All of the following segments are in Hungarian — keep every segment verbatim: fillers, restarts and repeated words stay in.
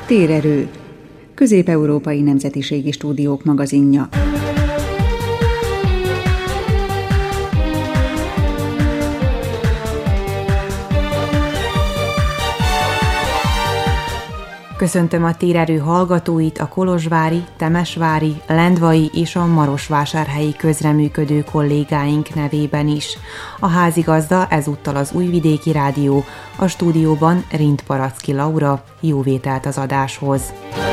Térerő, Közép-Európai Nemzetiségi Stúdiók magazinja. Köszöntöm a Térerő hallgatóit a kolozsvári, temesvári, lendvai és a marosvásárhelyi közreműködő kollégáink nevében is. A házigazda ezúttal az Újvidéki Rádió, a stúdióban Rindt Paracki Laura, jó vételt az adáshoz.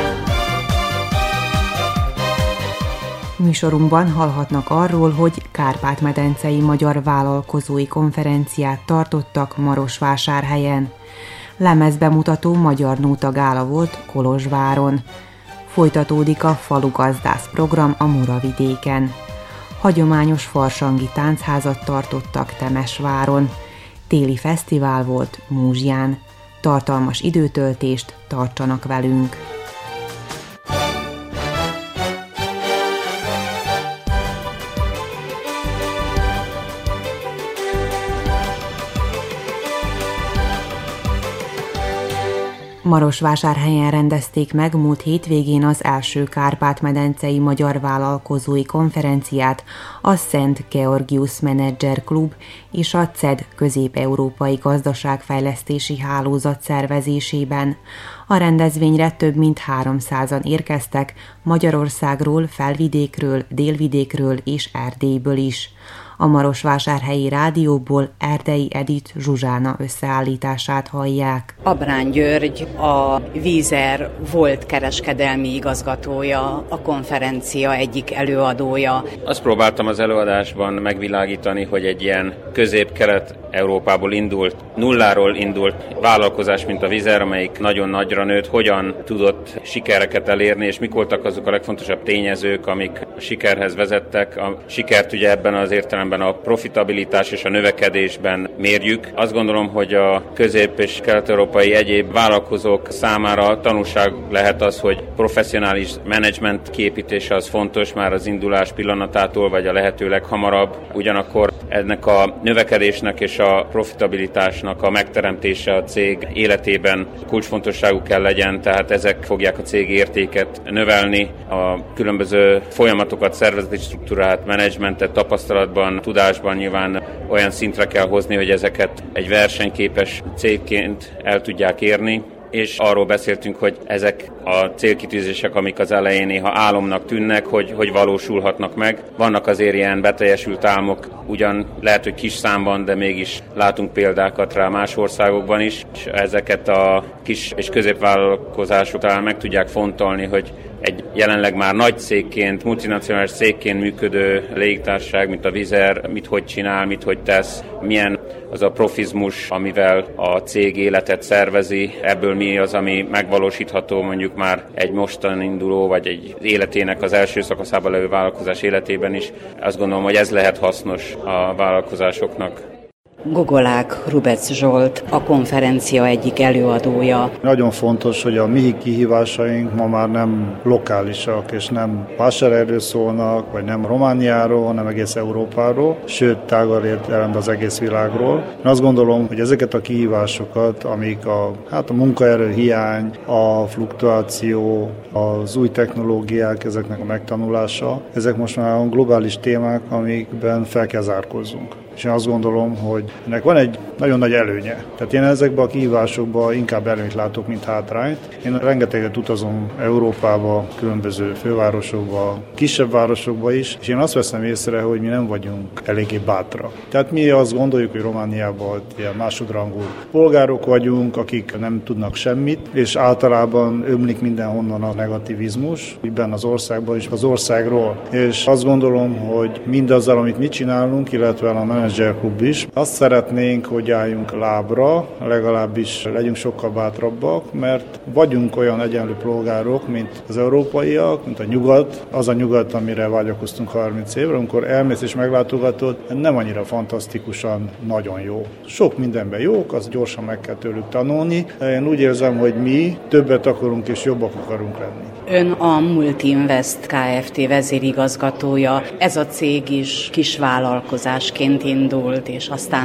Műsorunkban hallhatnak arról, hogy Kárpát-medencei magyar vállalkozói konferenciát tartottak Marosvásárhelyen. Lemezbemutató magyar nótagála volt Kolozsváron. Folytatódik a falugazdász program a Muravidéken. Hagyományos farsangi táncházat tartottak Temesváron. Téli fesztivál volt Múzsján. Tartalmas időtöltést tartsanak velünk! Marosvásárhelyen rendezték meg múlt hétvégén az első Kárpát-medencei magyar vállalkozói konferenciát a Szent Georgius Menedzser Klub és a cé e dé Közép-Európai Gazdaságfejlesztési Hálózat szervezésében. A rendezvényre több mint háromszázan érkeztek Magyarországról, Felvidékről, Délvidékről és Erdélyből is. A Marosvásárhelyi Rádióból Erdei Edith Zsuzsána összeállítását hallják. Abrán György, a Vízer volt kereskedelmi igazgatója, a konferencia egyik előadója. Azt próbáltam az előadásban megvilágítani, hogy egy ilyen közép-kelet-Európából indult, nulláról indult vállalkozás, mint a Vízer, amelyik nagyon nagyra nőtt, hogyan tudott sikereket elérni, és mik voltak azok a legfontosabb tényezők, amik a sikerhez vezettek. A sikert ugye ebben az értelemben a profitabilitás és a növekedésben mérjük. Azt gondolom, hogy a közép- és kelet-európai egyéb vállalkozók számára tanulság lehet az, hogy professzionális menedzsment kiépítése az fontos már az indulás pillanatától, vagy a lehető leghamarabb. Ugyanakkor ennek a növekedésnek és a profitabilitásnak a megteremtése a cég életében kulcsfontosságú kell legyen, tehát ezek fogják a cég értéket növelni, a különböző folyamatokat, szervezeti struktúrát, menedzsmentet, tapasztalatban, tudásban nyilván olyan szintre kell hozni, hogy ezeket egy versenyképes cégként el tudják érni, és arról beszéltünk, hogy ezek a célkitűzések, amik az elején néha álomnak tűnnek, hogy, hogy valósulhatnak meg. Vannak azért ilyen beteljesült álmok, ugyan lehet, hogy kis számban, de mégis látunk példákat rá más országokban is, és ezeket a kis és középvállalkozások talán meg tudják fontolni, hogy egy jelenleg már nagy cégként, multinacionális cégként működő légitársaság, mint a Vízer, mit hogy csinál, mit hogy tesz, milyen az a profizmus, amivel a cég életet szervezi, ebből mi az, ami megvalósítható mondjuk már egy mostan induló, vagy egy életének az első szakaszában levő vállalkozás életében is. Azt gondolom, hogy ez lehet hasznos a vállalkozásoknak. Gogolák Rubec Zsolt, a konferencia egyik előadója. Nagyon fontos, hogy a mi kihívásaink ma már nem lokálisak, és nem vásárhelyről szólnak, vagy nem Romániáról, hanem egész Európáról, sőt tágabb értelemben az egész világról. Én azt gondolom, hogy ezeket a kihívásokat, amik a, hát a munkaerő hiány, a fluktuáció, az új technológiák, ezeknek a megtanulása, ezek most már globális témák, amikben fel kell zárkózzunk. És én azt gondolom, hogy ennek van egy nagyon nagy előnye. Tehát én ezekben a kihívásokban inkább előnyt látok, mint hátrányt. Én rengeteget utazom Európába, különböző fővárosokba, kisebb városokba is, és én azt veszem észre, hogy mi nem vagyunk eléggé bátrak. Tehát mi azt gondoljuk, hogy Romániában ilyen másodrangú polgárok vagyunk, akik nem tudnak semmit, és általában ömlik mindenhonnan a negativizmus, ebben az országban is az országról. És azt gondolom, hogy mindazzal, amit mi csinálunk, illetve a Menedzser Klub is, azt szeretnénk, hogy álljunk lábra, legalábbis legyünk sokkal bátrabbak, mert vagyunk olyan egyenlő polgárok, mint az európaiak, mint a nyugat, az a nyugat, amire vágyakoztunk harminc évre, amikor elmész és meglátogatod, nem annyira fantasztikusan nagyon jó. Sok mindenben jók, azt gyorsan meg kell tőlük tanulni. Én úgy érzem, hogy mi többet akarunk és jobbak akarunk lenni. Ön a Multinvest Kft. Vezérigazgatója. Ez a cég is kisvállalkozásként indult, és aztán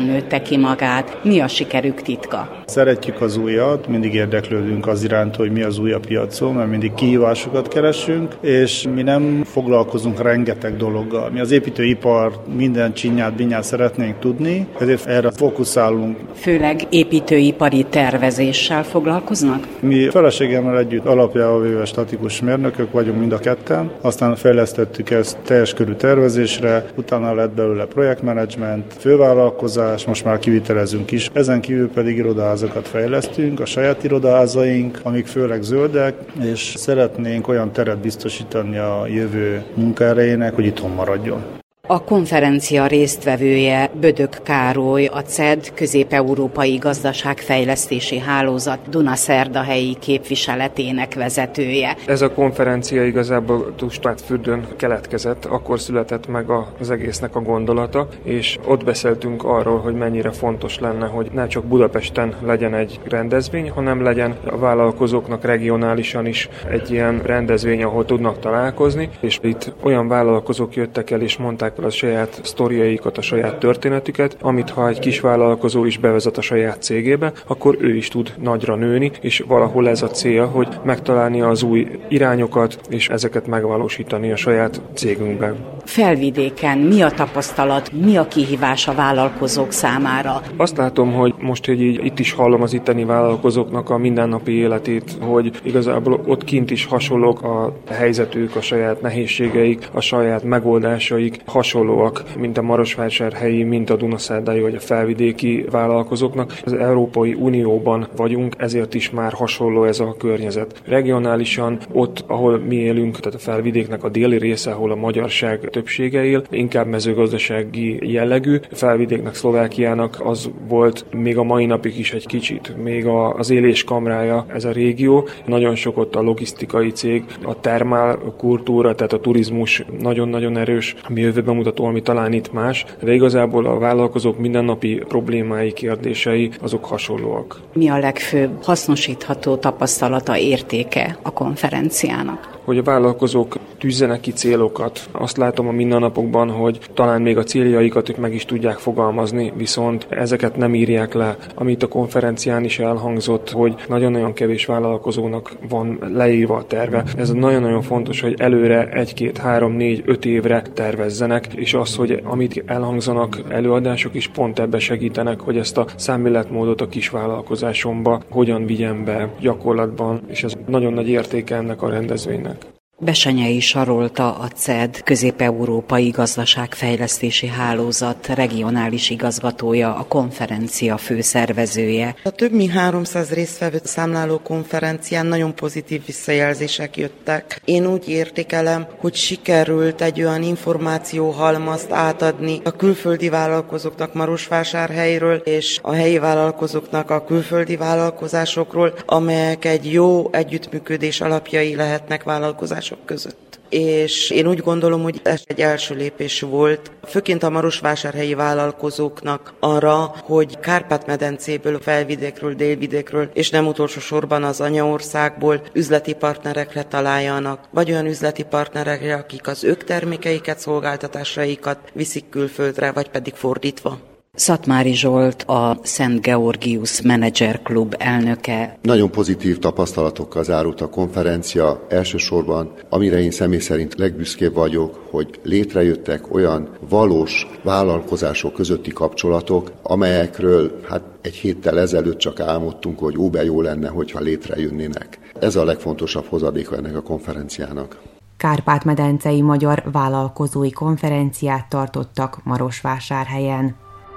hogyan nőtte ki magát, mi a sikerük titka? Szeretjük az újat, mindig érdeklődünk az iránt, hogy mi az új a piacon, mert mindig kihívásokat keresünk, és mi nem foglalkozunk rengeteg dologgal. Mi az építőipar minden csinyát, binyát szeretnénk tudni, ezért erre fókuszálunk. Főleg építőipari tervezéssel foglalkoznak? Mi feleségemmel együtt alapjával véve statikus mérnökök vagyunk mind a ketten, aztán fejlesztettük ezt teljes körű tervezésre, utána lett belőle projektmenedzsment, fővállalkozás, most már kivitelezünk is. Ezen kívül pedig irodaházakat fejlesztünk, a saját irodaházaink, amik főleg zöldek, és szeretnénk olyan teret biztosítani a jövő munkaerejének, hogy itthon maradjon. A konferencia résztvevője Bödök Károly, a cé e dé Közép-Európai Gazdaságfejlesztési Hálózat Dunaszerdahelyi képviseletének vezetője. Ez a konferencia igazából Duspátfürdőn keletkezett, akkor született meg az egésznek a gondolata, és ott beszéltünk arról, hogy mennyire fontos lenne, hogy ne csak Budapesten legyen egy rendezvény, hanem legyen a vállalkozóknak regionálisan is egy ilyen rendezvény, ahol tudnak találkozni, és itt olyan vállalkozók jöttek el és mondták a saját sztoriaikat, a saját történetüket, amit ha egy kis vállalkozó is bevezet a saját cégébe, akkor ő is tud nagyra nőni, és valahol ez a cél, hogy megtalálni az új irányokat, és ezeket megvalósítani a saját cégünkben. Felvidéken mi a tapasztalat, mi a kihívás a vállalkozók számára? Azt látom, hogy most, hogy így, itt is hallom az itteni vállalkozóknak a mindennapi életét, hogy igazából ott kint is hasonlók a helyzetük, a saját nehézségeik, a saját megoldásaik, hasonlóak, mint a marosvásárhelyi, mint a dunaszerdai vagy a felvidéki vállalkozóknak. Az Európai Unióban vagyunk, ezért is már hasonló ez a környezet. Regionálisan ott, ahol mi élünk, tehát a felvidéknek a déli része, ahol a magyarság többsége él, inkább mezőgazdasági jellegű. A felvidéknek, Szlovákiának az volt még a mai napig is egy kicsit, még az élés kamrája ez a régió. Nagyon sok ott a logisztikai cég, a termál kultúra, tehát a turizmus nagyon-nagyon erős, ami jövőben mutató, ami talán itt más, de igazából a vállalkozók mindennapi problémái, kérdései, azok hasonlóak. Mi a legfőbb hasznosítható tapasztalata, értéke a konferenciának? Hogy a vállalkozók tűzzenek ki célokat. Azt látom a mindennapokban, hogy talán még a céljaikat ők meg is tudják fogalmazni, viszont ezeket nem írják le. Amit a konferencián is elhangzott, hogy nagyon-nagyon kevés vállalkozónak van leírva a terve. Ez nagyon-nagyon fontos, hogy előre egy-két, három, négy, öt évre tervezzenek, és az, hogy amit elhangzanak előadások is pont ebbe segítenek, hogy ezt a számilletmódot a kis vállalkozásomba hogyan vigyem be gyakorlatban, és ez nagyon nagy értéke ennek a rendezvénynek. Besenyei Sarolta, a cé e dé Közép-Európai Gazdaságfejlesztési Hálózat regionális igazgatója, a konferencia főszervezője. A több mint háromszáz résztvevőt számláló konferencián nagyon pozitív visszajelzések jöttek. Én úgy értékelem, hogy sikerült egy olyan információhalmazt átadni a külföldi vállalkozóknak Marosvásárhelyről és a helyi vállalkozóknak a külföldi vállalkozásokról, amelyek egy jó együttműködés alapjai lehetnek vállalkozások között. És én úgy gondolom, hogy ez egy első lépés volt, főként a marosvásárhelyi vállalkozóknak arra, hogy Kárpát-medencéből, felvidékről, délvidékről, és nem utolsó sorban az anyaországból üzleti partnerekre találjanak, vagy olyan üzleti partnerekre, akik az ők termékeiket, szolgáltatásaikat viszik külföldre, vagy pedig fordítva. Szatmári Zsolt, a Szent Georgius Manager Klub elnöke. Nagyon pozitív tapasztalatokkal zárult a konferencia. Elsősorban, amire én személy szerint legbüszkébb vagyok, hogy létrejöttek olyan valós vállalkozások közötti kapcsolatok, amelyekről hát egy héttel ezelőtt csak álmodtunk, hogy ó, be jó lenne, hogyha létrejönnének. Ez a legfontosabb hozadéka ennek a konferenciának. Kárpát-medencei magyar vállalkozói konferenciát tartottak Marosvásárhelyen.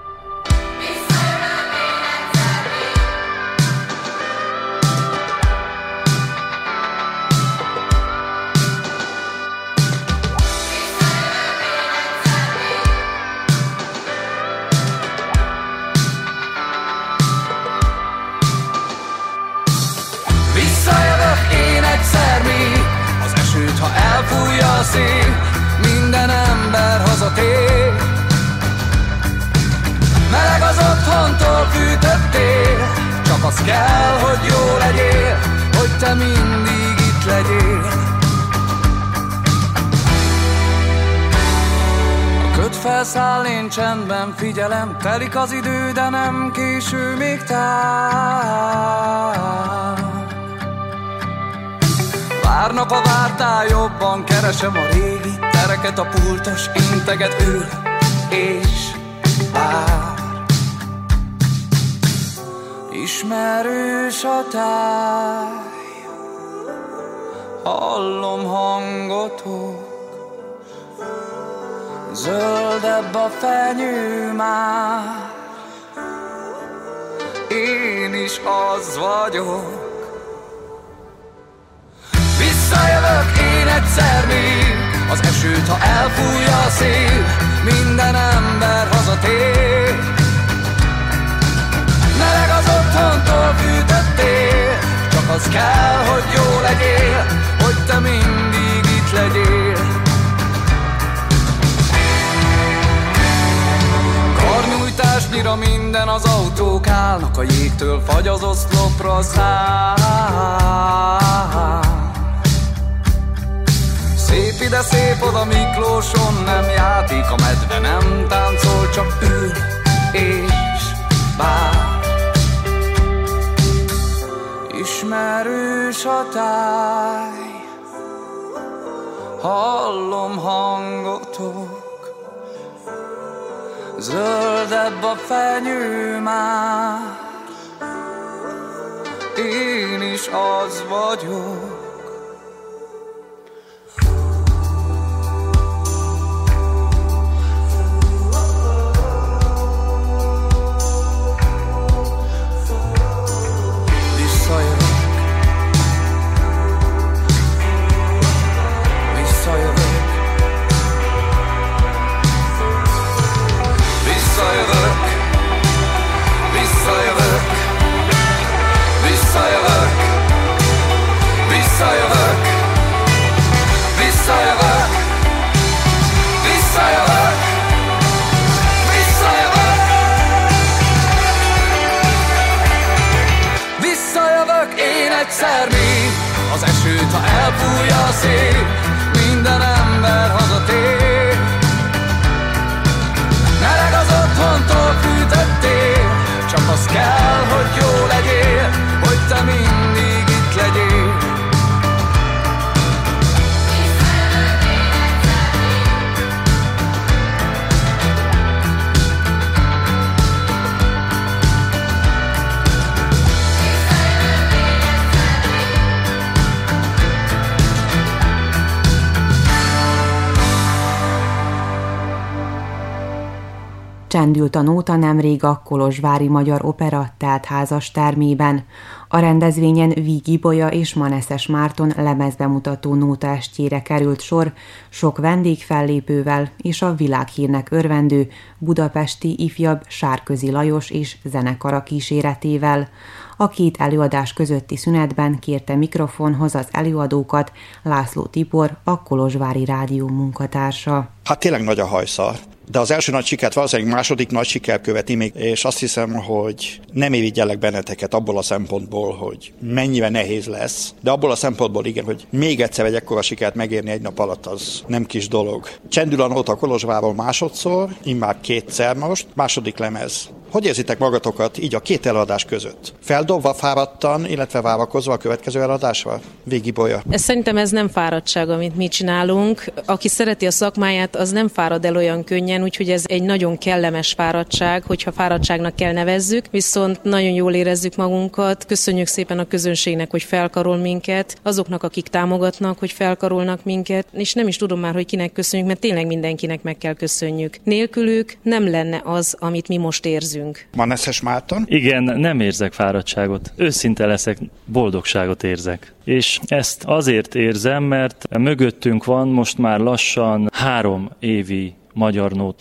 Minden ember hazatér. Meleg az otthontól fűtöttél, csak az kell, hogy jó legyél, hogy te mindig itt legyél. A felszáll, én csendben figyelem. Telik az idő, de nem késő még tár. Várnak a vártál, jobban keresem a régi tereket, a pultos integet ül és vár. Ismerős a táj, hallom hangotok, zöldebb a fenyő már, én is az vagyok. Visszajövök én egyszer még, az esőt, ha elfújja a szél, minden ember hazatér. Meleg az otthontól fűtöttél, csak az kell, hogy jó legyél, hogy te mindig itt legyél. Karnyújtásnyira minden, az autók állnak, a jégtől fagy az oszlopra száll. Szép ide, szép oda, Miklóson nem játék, a medve nem táncol, csak ül és vár. Ismerős a táj, hallom hangotok, zöldebb a fenyő már, én is az vagyok. Egyszer még, az esőt, ha elfújja a szél, minden ember hazatér. Meleg az otthontól fűtöttél, csak az kell, hogy jó legyél, hogy te mindig itt legyél. Csendült a nóta nemrég a Kolozsvári Magyar Opera teltházas termében. A rendezvényen Víg Ibolya és Maneszes Márton lemezbemutató nótaestjére került sor, sok vendégfellépővel és a világhírnek örvendő budapesti ifjabb Sárközi Lajos és zenekara kíséretével. A két előadás közötti szünetben kérte mikrofonhoz az előadókat László Tibor, a Kolozsvári Rádió munkatársa. Hát tényleg nagy a hajszar. De az első nagy sikert valószínűleg második nagy siker követi még, és azt hiszem, hogy nem irigyellek benneteket abból a szempontból, hogy mennyire nehéz lesz, de abból a szempontból igen, hogy még egyszer egy ekkora sikert megérni egy nap alatt, az nem kis dolog. Csendül a nóta Kolozsvárról másodszor, immár kétszer most, második lemez. Hogy érzitek magatokat így a két előadás között? Feldobva, fáradtan, illetve várakozva a következő előadásra? Víg Ibolya. Szerintem ez nem fáradtság, amit mi csinálunk. Aki szereti a szakmáját, az nem fárad el olyan könnyen, úgyhogy ez egy nagyon kellemes fáradtság, hogyha fáradtságnak kell nevezzük, viszont nagyon jól érezzük magunkat. Köszönjük szépen a közönségnek, hogy felkarol minket, azoknak, akik támogatnak, hogy felkarolnak minket, és nem is tudom már, hogy kinek köszönjük, mert tényleg mindenkinek meg kell köszönjük. Nélkülük nem lenne az, amit mi most érzünk. Maneszes Márton? Igen, nem érzek fáradtságot. Őszinte leszek, boldogságot érzek. És ezt azért érzem, mert mögöttünk van most már lassan három évi magyar nóta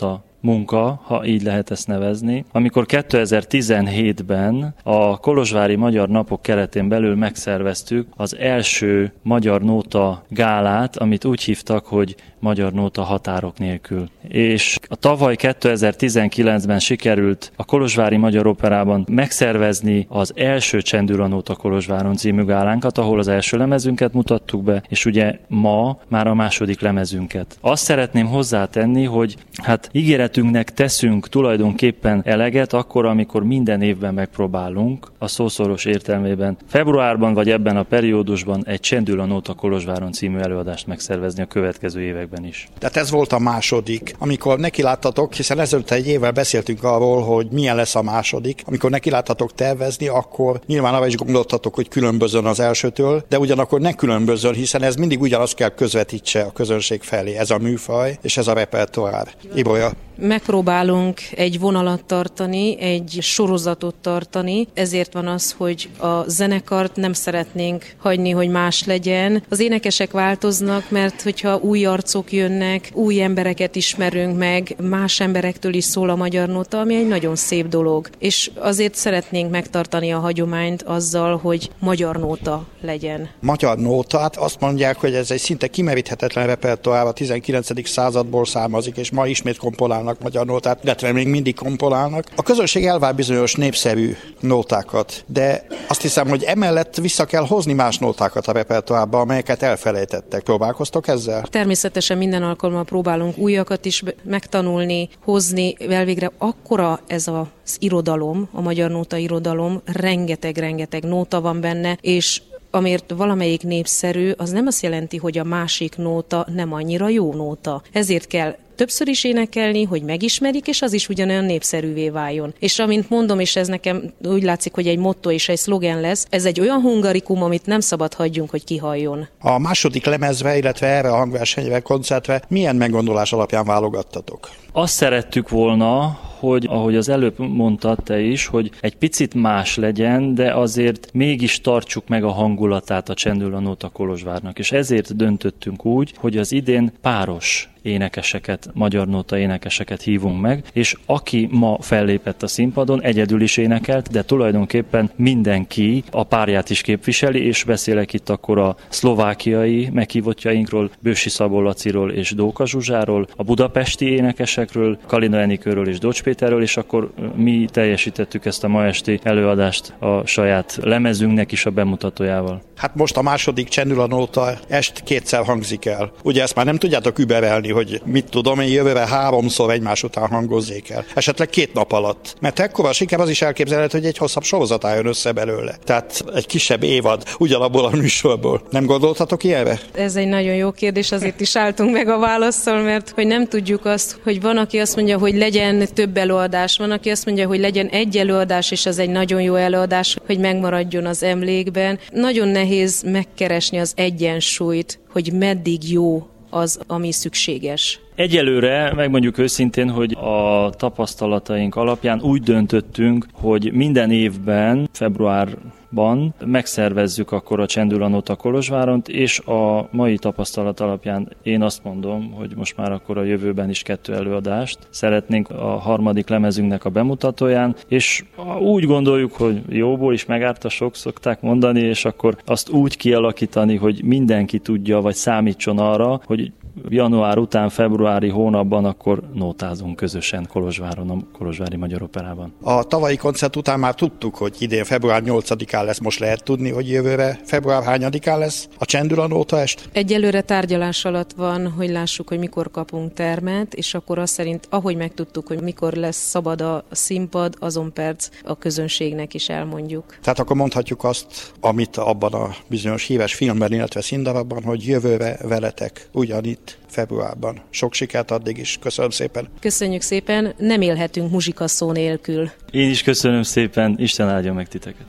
munka, ha így lehet ezt nevezni, amikor kétezer-tizenhétben a Kolozsvári Magyar Napok keretén belül megszerveztük az első magyar nóta gálát, amit úgy hívtak, hogy Magyar Nóta határok nélkül. És a tavaly kétezer-tizenkilencben sikerült a Kolozsvári Magyar Operában megszervezni az első Csendül a nóta Kolozsváron című gálánkat, ahol az első lemezünket mutattuk be, és ugye ma már a második lemezünket. Azt szeretném hozzátenni, hogy hát ígéretünknek teszünk tulajdonképpen eleget akkor, amikor minden évben megpróbálunk a szószoros értelmében februárban vagy ebben a periódusban egy Csendül a nóta Kolozsváron című előadást megszervezni a következő években is. Tehát ez volt a második, amikor nekiláttatok, hiszen ezelőtt egy évvel beszéltünk arról, hogy milyen lesz a második. Amikor nekiláttatok tervezni, akkor nyilván arra is gondoltatok, hogy különbözön az elsőtől, de ugyanakkor ne különbözön, hiszen ez mindig ugyanazt kell közvetítse a közönség felé, ez a műfaj és ez a repertoár. Ibolya. Megpróbálunk egy vonalat tartani, egy sorozatot tartani, ezért van az, hogy a zenekart nem szeretnénk hagyni, hogy más legyen. Az énekesek változnak, mert hogyha új arcok jönnek, új embereket ismerünk meg, más emberektől is szól a magyar nóta, ami egy nagyon szép dolog. És azért szeretnénk megtartani a hagyományt azzal, hogy magyar nóta legyen. Magyar nóta, hát azt mondják, hogy ez egy szinte kimeríthetetlen repertoár, a tizenkilencedik századból származik, és ma ismét komponálnak magyar nótát, illetve még mindig komponálnak. A közönség elvár bizonyos népszerű nótákat, de azt hiszem, hogy emellett vissza kell hozni más nótákat a repertoárba, amelyeket elfelejtettek. Próbálkoztok ezzel? Természetesen minden alkalommal próbálunk újakat is megtanulni, hozni, elvégre akkora ez az irodalom, a magyar nóta irodalom, rengeteg-rengeteg nóta van benne, és amért valamelyik népszerű, az nem azt jelenti, hogy a másik nóta nem annyira jó nóta. Ezért kell többször is énekelni, hogy megismerik, és az is ugyanolyan népszerűvé váljon. És amint mondom, és ez nekem úgy látszik, hogy egy motto és egy szlogen lesz, ez egy olyan hungarikum, amit nem szabad hagyjunk, hogy kihalljon. A második lemezre, illetve erre a hangversenyre, koncertre milyen meggondolás alapján válogattatok? Azt szerettük volna, hogy ahogy az előbb mondtad te is, hogy egy picit más legyen, de azért mégis tartsuk meg a hangulatát a Csendül a nóta Kolozsvárnak. És ezért döntöttünk úgy, hogy az idén páros énekeseket, magyar nóta énekeseket hívunk meg, és aki ma fellépett a színpadon, egyedül is énekelt, de tulajdonképpen mindenki a párját is képviseli, és beszélek itt akkor a szlovákiai meghívottjainkról, Bősi Szabó Laciról és Dóka Zsuzsáról, a budapesti énekesekről, Kalina Enikőről és Docs Péterről, és akkor mi teljesítettük ezt a ma esti előadást a saját lemezünknek is a bemutatójával. Hát most a második Csendül a nóta est kétszer hangzik el. Ugye ezt már nem tudjátok überelni, hogy mit tudom, én jövőre háromszor egymás után hangozzék el. Esetleg két nap alatt. Mert ekkora siker az is elképzelhető, hogy egy hosszabb sorozat álljon össze belőle. Tehát egy kisebb évad ugyanabból a műsorból. Nem gondoltatok ilyenre? Ez egy nagyon jó kérdés, azért is álltunk meg a válaszsal, mert hogy nem tudjuk azt, hogy van, aki azt mondja, hogy legyen több előadás, van, aki azt mondja, hogy legyen egy előadás, és az egy nagyon jó előadás, hogy megmaradjon az emlékben. Nagyon nehéz megkeresni az egyensúlyt, hogy meddig jó az, ami szükséges. Egyelőre megmondjuk őszintén, hogy a tapasztalataink alapján úgy döntöttünk, hogy minden évben, februárban megszervezzük akkor a Csendül a nóta Kolozsváront, és a mai tapasztalat alapján én azt mondom, hogy most már akkor a jövőben is kettő előadást szeretnénk a harmadik lemezünknek a bemutatóján, és úgy gondoljuk, hogy jóból is megárt a sok, szokták mondani, és akkor azt úgy kialakítani, hogy mindenki tudja, vagy számítson arra, hogy január után, februári hónapban akkor nótázunk közösen Kolozsváron, a Kolozsvári Magyar Operában. A tavalyi koncert után már tudtuk, hogy idén február nyolcadikán lesz, most lehet tudni, hogy jövőre február hányadikán lesz a Csendül a nóta est? Egyelőre tárgyalás alatt van, hogy lássuk, hogy mikor kapunk termet, és akkor azt szerint, ahogy megtudtuk, hogy mikor lesz szabad a színpad, azon perc a közönségnek is elmondjuk. Tehát akkor mondhatjuk azt, amit abban a bizonyos híres filmben, illetve színdarabban, hogy jövőre veletek ugyanitt februárban. Sok sikert addig is. Köszönöm szépen. Köszönjük szépen. Nem élhetünk muzsikaszó nélkül. Én is köszönöm szépen. Isten áldjon meg titeket.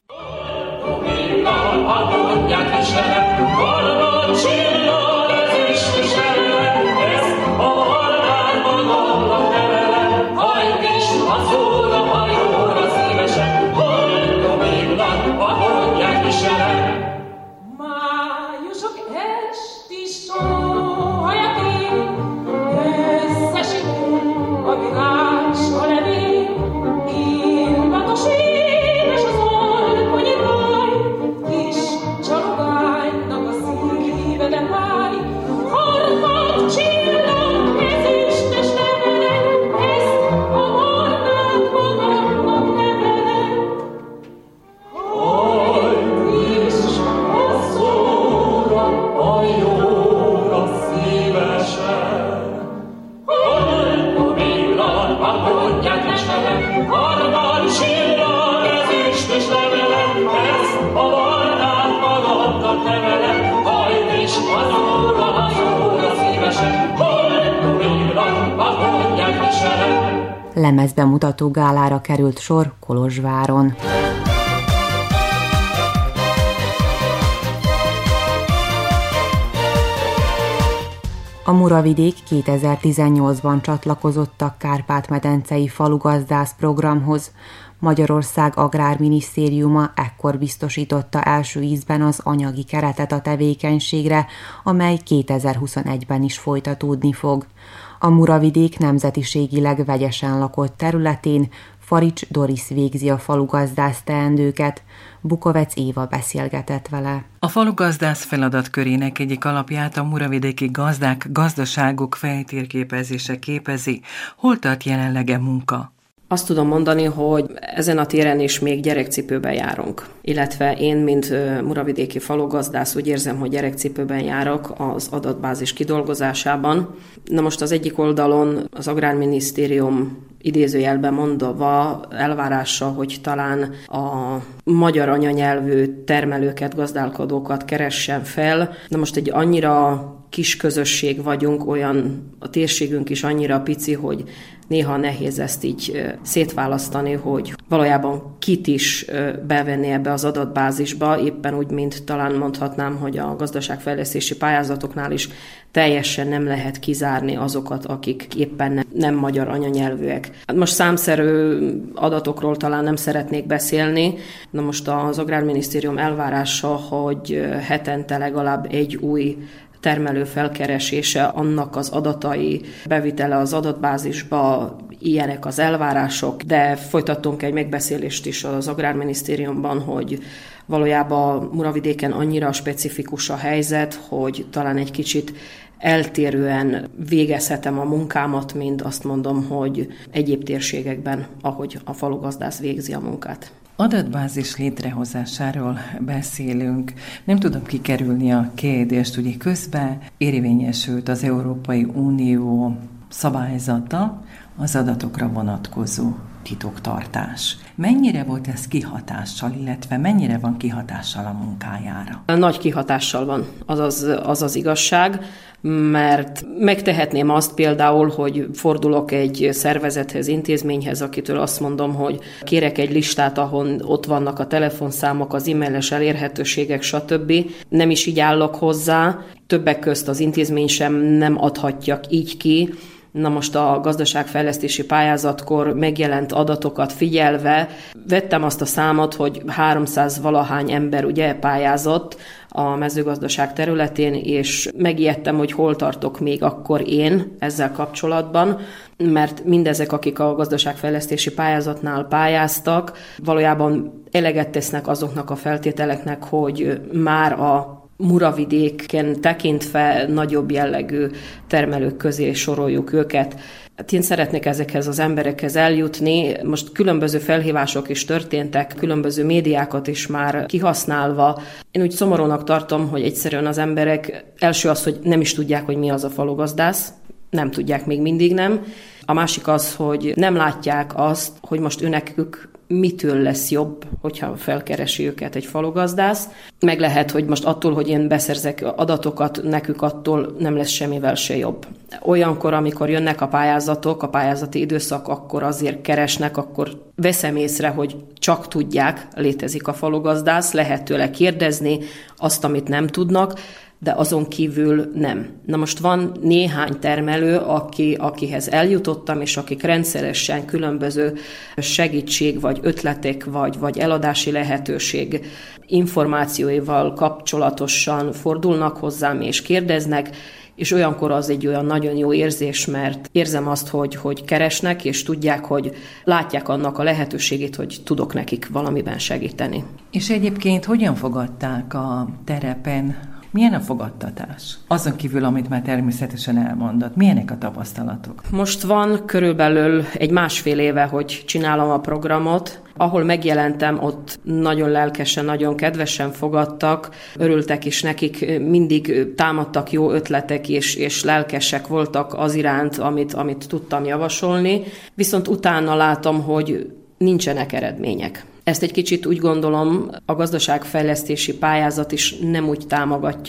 Oh, Lemezbemutató gálára került sor Kolozsváron. A Muravidék kétezer-tizennyolcban csatlakozott a Kárpát-medencei falugazdász programhoz. Magyarország Agrárminisztériuma ekkor biztosította első ízben az anyagi keretet a tevékenységre, amely kétezer-huszonegyben is folytatódni fog. A Muravidék nemzetiségileg vegyesen lakott területén Farics Doris végzi a falugazdász teendőket. Bukovec Éva beszélgetett vele. A falugazdász feladatkörének egyik alapját a muravidéki gazdák gazdaságok feltérképezése képezi. Hol tart jelenleg a munka? Azt tudom mondani, hogy ezen a téren is még gyerekcipőben járunk. Illetve én, mint muravidéki falugazdász úgy érzem, hogy gyerekcipőben járok az adatbázis kidolgozásában. Na most az egyik oldalon az Agrárminisztérium idézőjelben mondva elvárása, hogy talán a magyar anyanyelvű termelőket, gazdálkodókat keressen fel. Na most egy annyira kis közösség vagyunk, olyan a térségünk is annyira pici, hogy néha nehéz ezt így szétválasztani, hogy valójában kit is bevenni ebbe az adatbázisba, éppen úgy, mint talán mondhatnám, hogy a gazdaságfejlesztési pályázatoknál is teljesen nem lehet kizárni azokat, akik éppen nem magyar anyanyelvűek. Most számszerű adatokról talán nem szeretnék beszélni. Na most az Agrárminisztérium elvárása, hogy hetente legalább egy új termelő felkeresése, annak az adatai, bevitele az adatbázisba, ilyenek az elvárások, de folytattunk egy megbeszélést is az Agrárminisztériumban, hogy valójában Muravidéken annyira specifikus a helyzet, hogy talán egy kicsit eltérően végezhetem a munkámat, mint azt mondom, hogy egyéb térségekben, ahogy a falugazdász végzi a munkát. Adatbázis létrehozásáról beszélünk. Nem tudom kikerülni a kérdést, ugye közben érvényesült az Európai Unió szabályzata az adatokra vonatkozó titoktartás. Mennyire volt ez kihatással, illetve mennyire van kihatással a munkájára? Nagy kihatással van, az az, az, az igazság, mert megtehetném azt például, hogy fordulok egy szervezethez, intézményhez, akitől azt mondom, hogy kérek egy listát, ahol ott vannak a telefonszámok, az e-mailes elérhetőségek, stb. Nem is így állok hozzá, többek közt az intézmény sem nem adhatjak így ki. Na most a gazdaságfejlesztési pályázatkor megjelent adatokat figyelve vettem azt a számot, hogy háromszáz valahány ember ugye pályázott a mezőgazdaság területén, és megijedtem, hogy hol tartok még akkor én ezzel kapcsolatban, mert mindezek, akik a gazdaságfejlesztési pályázatnál pályáztak, valójában eleget tesznek azoknak a feltételeknek, hogy már a Muravidéken tekintve nagyobb jellegű termelők közé soroljuk őket. Hát én szeretnék ezekhez az emberekhez eljutni. Most különböző felhívások is történtek, különböző médiákat is már kihasználva. Én úgy szomorúnak tartom, hogy egyszerűen az emberek első az, hogy nem is tudják, hogy mi az a falugazdász. Nem tudják, még mindig nem. A másik az, hogy nem látják azt, hogy most őnekük mitől lesz jobb, hogyha felkeresi őket egy falugazdász. Meg lehet, hogy most attól, hogy én beszerzek adatokat, nekük attól nem lesz semmivel se jobb. Olyankor, amikor jönnek a pályázatok, a pályázati időszak, akkor azért keresnek, akkor veszem észre, hogy csak tudják, létezik a falugazdász, lehet tőle kérdezni azt, amit nem tudnak, de azon kívül nem. Na most van néhány termelő, aki, akihez eljutottam, és akik rendszeresen különböző segítség, vagy ötletek, vagy, vagy eladási lehetőség információival kapcsolatosan fordulnak hozzám, és kérdeznek, és olyankor az egy olyan nagyon jó érzés, mert érzem azt, hogy, hogy keresnek, és tudják, hogy látják annak a lehetőségét, hogy tudok nekik valamiben segíteni. És egyébként hogyan fogadták a terepen? Milyen a fogadtatás? Azon kívül, amit már természetesen elmondott, milyenek a tapasztalatok? Most van körülbelül egy másfél éve, hogy csinálom a programot. Ahol megjelentem, ott nagyon lelkesen, nagyon kedvesen fogadtak, örültek is nekik, mindig támadtak jó ötletek, és, és lelkesek voltak az iránt, amit, amit tudtam javasolni. Viszont utána látom, hogy nincsenek eredmények. Ezt egy kicsit úgy gondolom, a gazdaságfejlesztési pályázat is nem úgy támogatja,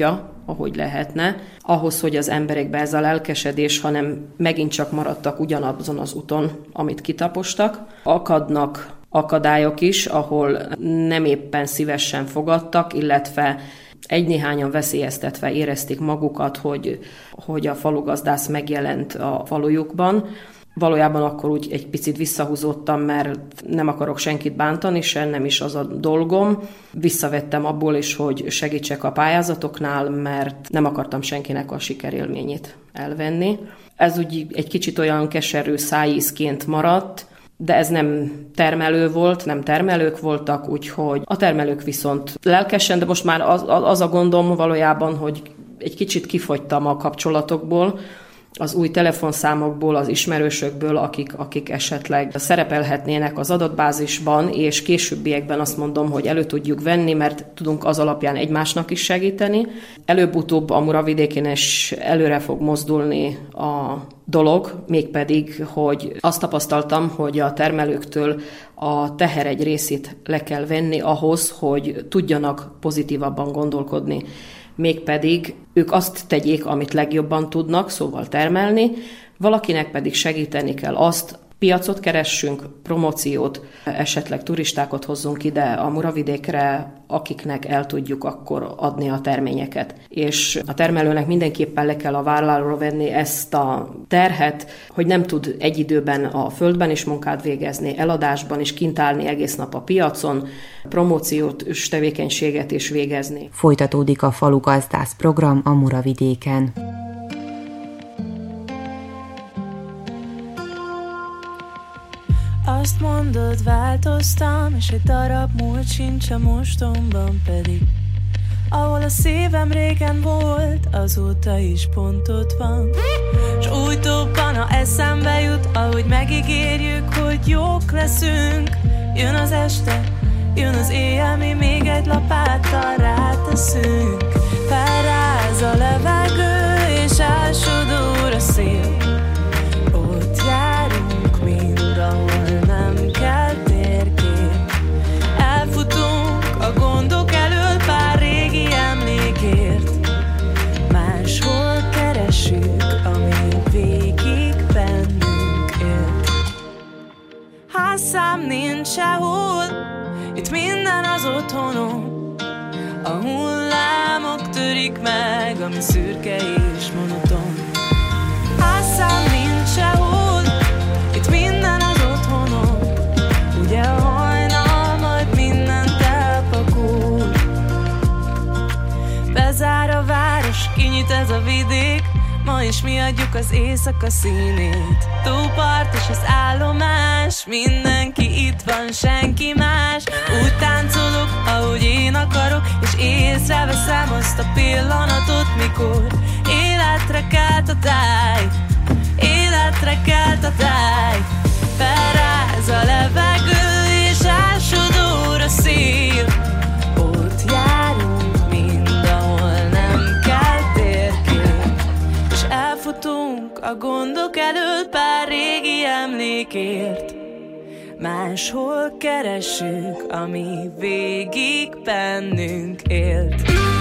ahogy lehetne. Ahhoz, hogy az emberekbe ez a lelkesedés, hanem megint csak maradtak ugyanazon az úton, amit kitapostak. Akadnak akadályok is, ahol nem éppen szívesen fogadtak, illetve egy-néhányan veszélyeztetve érezték magukat, hogy, hogy a falugazdász megjelent a falujukban. Valójában akkor úgy egy picit visszahúzódtam, mert nem akarok senkit bántani, se nem is az a dolgom. Visszavettem abból is, hogy segítsek a pályázatoknál, mert nem akartam senkinek a sikerélményét elvenni. Ez úgy egy kicsit olyan keserű szájízként maradt, de ez nem termelő volt, nem termelők voltak, úgyhogy a termelők viszont lelkesen, de most már az, az a gondom valójában, hogy egy kicsit kifogytam a kapcsolatokból, az új telefonszámokból, az ismerősökből, akik, akik esetleg szerepelhetnének az adatbázisban, és későbbiekben azt mondom, hogy elő tudjuk venni, mert tudunk az alapján egymásnak is segíteni. Előbb-utóbb a Muravidékén is előre fog mozdulni a dolog, mégpedig, hogy azt tapasztaltam, hogy a termelőktől a teher egy részét le kell venni ahhoz, hogy tudjanak pozitívabban gondolkodni. Mégpedig ők azt tegyék, amit legjobban tudnak, szóval termelni, valakinek pedig segíteni kell azt, piacot keressünk, promóciót, esetleg turistákat hozzunk ide a Muravidékre, akiknek el tudjuk akkor adni a terményeket. És a termelőnek mindenképpen le kell a vállalról venni ezt a terhet, hogy nem tud egy időben a földben is munkát végezni, eladásban is kint állni egész nap a piacon, promóciót és tevékenységet is végezni. Folytatódik a falugazdász program a Muravidéken. Azt mondod, változtam, és egy darab múlt sincs a mostomban pedig. Ahol a szívem régen volt, azóta is pont ott van. S úgy dobban, ha eszembe jut, ahogy megígérjük, hogy jók leszünk. Jön az este, jön az éjjel, mi még egy lapáttal ráteszünk. Felráz a levegő, és ásodor a szél. Ott járunk mindahol nem kell térkép. Elfutunk a gondok elől pár régi emlékért. Máshol keresünk, ami végig bennünk élt. Házszám nincs sehol, itt minden az otthonom. A hullámok törik meg, ami szürke és monoton. Házszám nincs sehol, itt minden az otthonom. Ugye a hajnal majd mindent elpakol. Bezár a város, kinyit ez a vidék. Ma is mi adjuk az éjszaka színét. Tópart és az állomás, mindenki itt van, senki más. Úgy táncolok, ahogy én akarok, és észreveszem azt a pillanatot, mikor életre kelt a táj, életre kelt a táj. Felráz a levegő, és ásodor a szél. Ott járunk mindahol nem kell térkép. És elfutunk a gondok elől pár régi emlékért. Máshol keressük, ami végig bennünk élt.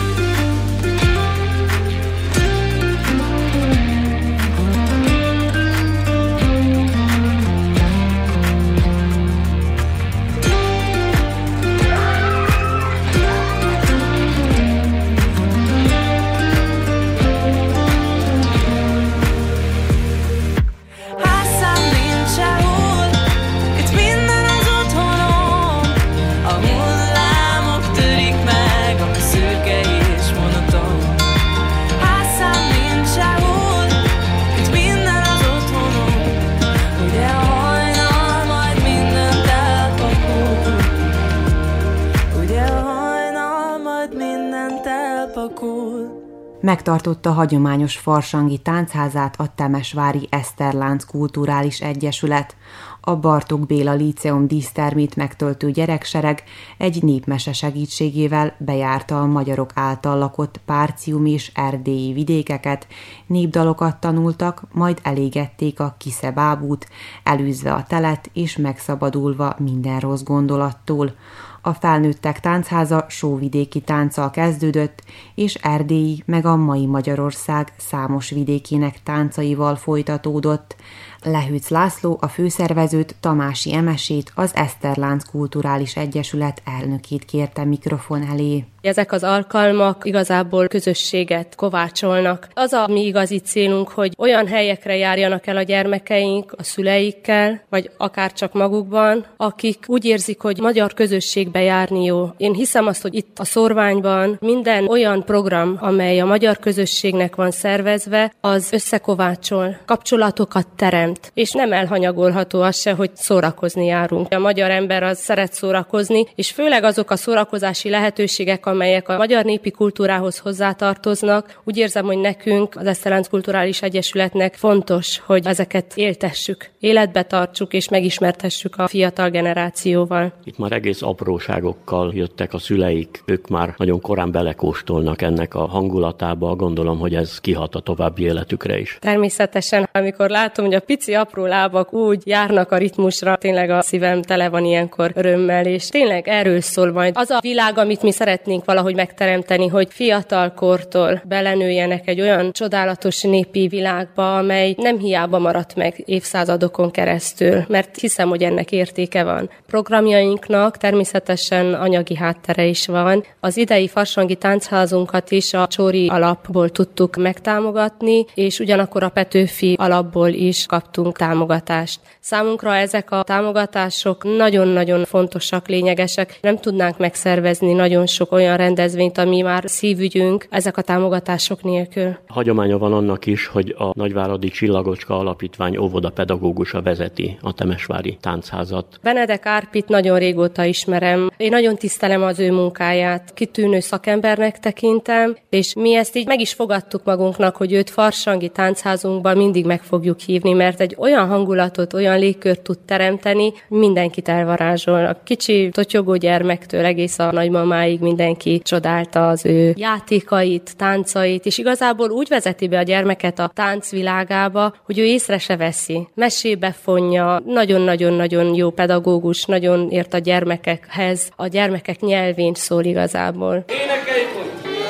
Megtartotta hagyományos farsangi táncházát a Temesvári Eszterlánc Kulturális Egyesület. A Bartók Béla Líceum dísztermét megtöltő gyereksereg egy népmese segítségével bejárta a magyarok által lakott párciumi és erdélyi vidékeket, népdalokat tanultak, majd elégették a kiszebábút, elűzve a telet és megszabadulva minden rossz gondolattól. A felnőttek táncháza sóvidéki tánccal kezdődött, és erdélyi meg a mai Magyarország számos vidékének táncaival folytatódott. Lehűc László a főszervezőt, Tamási Emesét, az Eszterlánc Kulturális Egyesület elnökét kérte mikrofon elé. Ezek az alkalmak igazából közösséget kovácsolnak. Az a mi igazi célunk, hogy olyan helyekre járjanak el a gyermekeink a szüleikkel, vagy akár csak magukban, akik úgy érzik, hogy magyar közösségbe járni jó. Én hiszem azt, hogy itt a Szorványban minden olyan program, amely a magyar közösségnek van szervezve, az összekovácsol, kapcsolatokat teremt, és nem elhanyagolható az se, hogy szórakozni járunk. A magyar ember az szeret szórakozni, és főleg azok a szórakozási lehetőségek, amelyek a magyar népi kultúrához hozzátartoznak. Úgy érzem, hogy nekünk, az Eszterlánc Kulturális Egyesületnek fontos, hogy ezeket éltessük, életbe tartsuk és megismertessük a fiatal generációval. Itt már egész apróságokkal jöttek a szüleik, ők már nagyon korán belekóstolnak ennek a hangulatába, gondolom, hogy ez kihat a további életükre is. Természetesen, amikor látom, hogy a pici apró lábak úgy járnak a ritmusra, tényleg a szívem tele van ilyenkor örömmel, és tényleg erről szól majd az a világ, amit mi szeretnénk valahogy megteremteni, hogy fiatal kortól belenőjenek egy olyan csodálatos népi világba, amely nem hiába maradt meg évszázadokon keresztül, mert hiszem, hogy ennek értéke van. Programjainknak természetesen anyagi háttere is van. Az idei farsangi táncházunkat is a Csóri alapból tudtuk megtámogatni, és ugyanakkor a Petőfi alapból is kaptunk támogatást. Számunkra ezek a támogatások nagyon-nagyon fontosak, lényegesek. Nem tudnánk megszervezni nagyon sok olyan rendezvényt, ami már szívügyünk ezek a támogatások nélkül. Hagyománya van annak is, hogy a Nagyváradi Csillagocska Alapítvány óvodapedagógusa vezeti a temesvári táncházat. Benedek Árpit nagyon régóta ismerem. Én nagyon tisztelem az ő munkáját. Kitűnő szakembernek tekintem, és mi ezt így meg is fogadtuk magunknak, hogy őt farsangi táncházunkban mindig meg fogjuk hívni, mert egy olyan hangulatot, olyan légkört tud teremteni, mindenkit elvarázsol. A kicsi totyogó gyermektől egész a nagymamáig mindenki csodálta az ő játékait, táncait, és igazából úgy vezeti be a gyermeket a táncvilágába, hogy ő észre se veszi. Mesébe fonja, nagyon-nagyon-nagyon jó pedagógus, nagyon ért a gyermekekhez, a gyermekek nyelvén szól igazából. Énekeljük, hogy